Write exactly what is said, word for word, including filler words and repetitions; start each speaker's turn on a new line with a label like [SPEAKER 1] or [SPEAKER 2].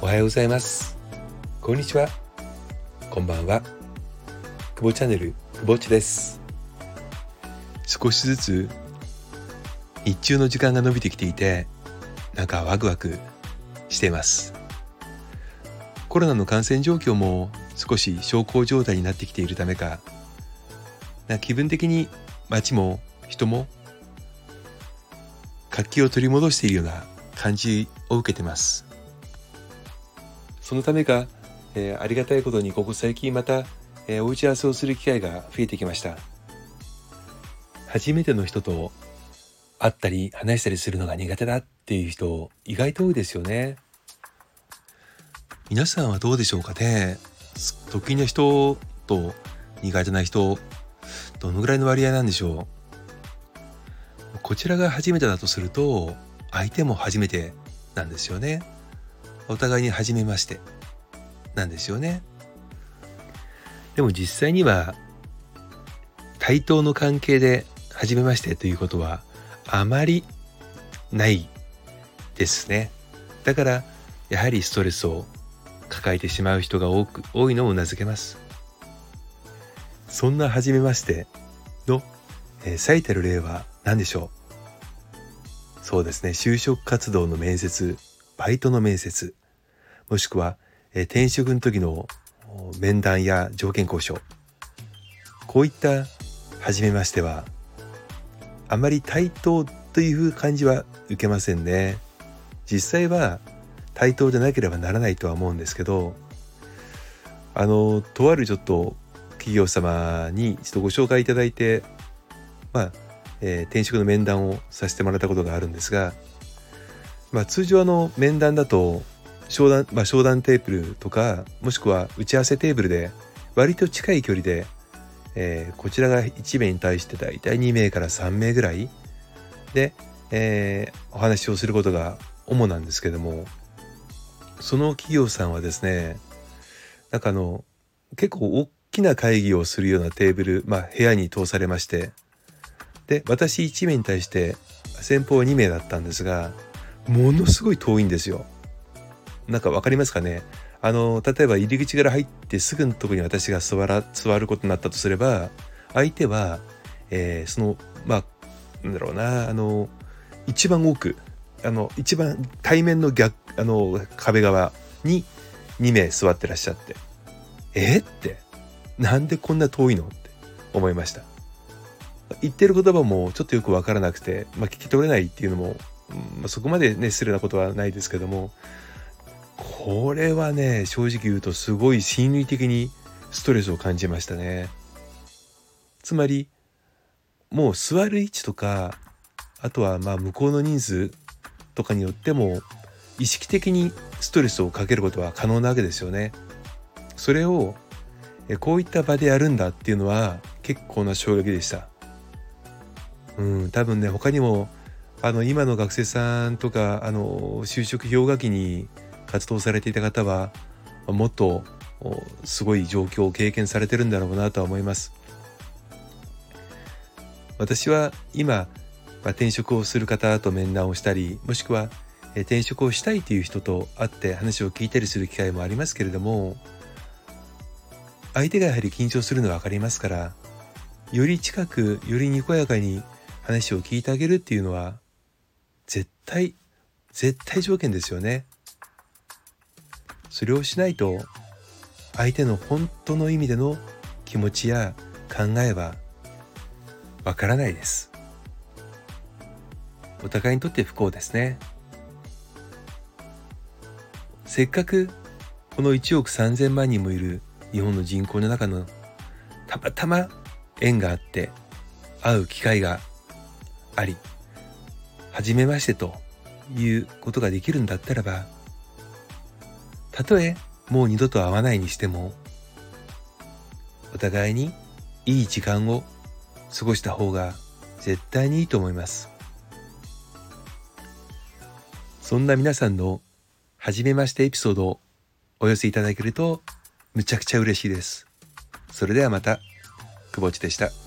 [SPEAKER 1] おはようございます。こんにちは。こんばんは。くぼチャンネルくぼっちです。少しずつ日中の時間が伸びてきていて、なんかワクワクしています。コロナの感染状況も少し小康状態になってきているためか、な気分的に街も人も活気を取り戻しているような感じを受けてます。そのためか、えー、ありがたいことにここ最近また、えー、お打ち合わせをする機会が増えてきました。初めての人と会ったり話したりするのが苦手だっていう人意外と多いですよね。皆さんはどうでしょうかね。得意な人と苦手な人、どのぐらいの割合なんでしょう。こちらが初めてだとすると、相手も初めてなんですよね。お互いに初めましてなんですよね。でも実際には対等の関係で初めましてということはあまりないですね。だからやはりストレスを抱えてしまう人が多く多いのをうなずけます。そんな初めましての、えー、最たる例は何でしょう。そうですね、就職活動の面接、バイトの面接、もしくは、えー、転職の時の面談や条件交渉、こういった初めましてはあまり対等という感じは受けませんね。実際は対等でなければならないとは思うんですけど、あのとあるちょっと企業様に一度ご紹介いただいて、まあ、えー、転職の面談をさせてもらったことがあるんですが、まあ、通常あの面談だと商談、まあ、商談テーブルとかもしくは打ち合わせテーブルで割と近い距離で、えー、こちらがいち名に対してだいたいに名からさん名ぐらいで、えー、お話をすることが主なんですけども、その企業さんはですね、なんかあの結構大きな会議をするようなテーブル、まあ、部屋に通されまして、で私いち名に対して先方に名だったんですが、ものすごい遠いんですよ。なんかわかりますかね。あの例えば入り口から入ってすぐのところに私が座ら座ることになったとすれば、相手は、えー、そのまあなんだろうな、あの一番奥、あの一番対面の逆あの壁側にに名座ってらっしゃって、えー、ってなんでこんな遠いのって思いました。言ってる言葉もちょっとよくわからなくて、まあ、聞き取れないっていうのも、まあ、そこまでね失礼なことはないですけども、これはね正直言うとすごい心理的にストレスを感じましたね。つまりもう座る位置とか、あとはまあ向こうの人数とかによっても意識的にストレスをかけることは可能なわけですよね。それをこういった場でやるんだっていうのは結構な衝撃でした。うん、多分ね他にもあの今の学生さんとかあの就職氷河期に活動されていた方はもっとすごい状況を経験されてるんだろうなとは思います。私は今、まあ、転職をする方と面談をしたり、もしくはえ転職をしたいという人と会って話を聞いたりする機会もありますけれども、相手がやはり緊張するのは分かりますから、より近くよりにこやかに話を聞いてあげるっていうのは絶対絶対条件ですよね。それをしないと相手の本当の意味での気持ちや考えはわからないです。お互いにとって不幸ですね。せっかくこのいちおくさんぜん万人もいる日本の人口の中のたまたま縁があって会う機会があり、初めましてということができるんだったらば、たとえもう二度と会わないにしてもお互いにいい時間を過ごした方が絶対にいいと思います。そんな皆さんの初めましてエピソードをお寄せいただけるとむちゃくちゃ嬉しいです。それではまた、くぼっちでした。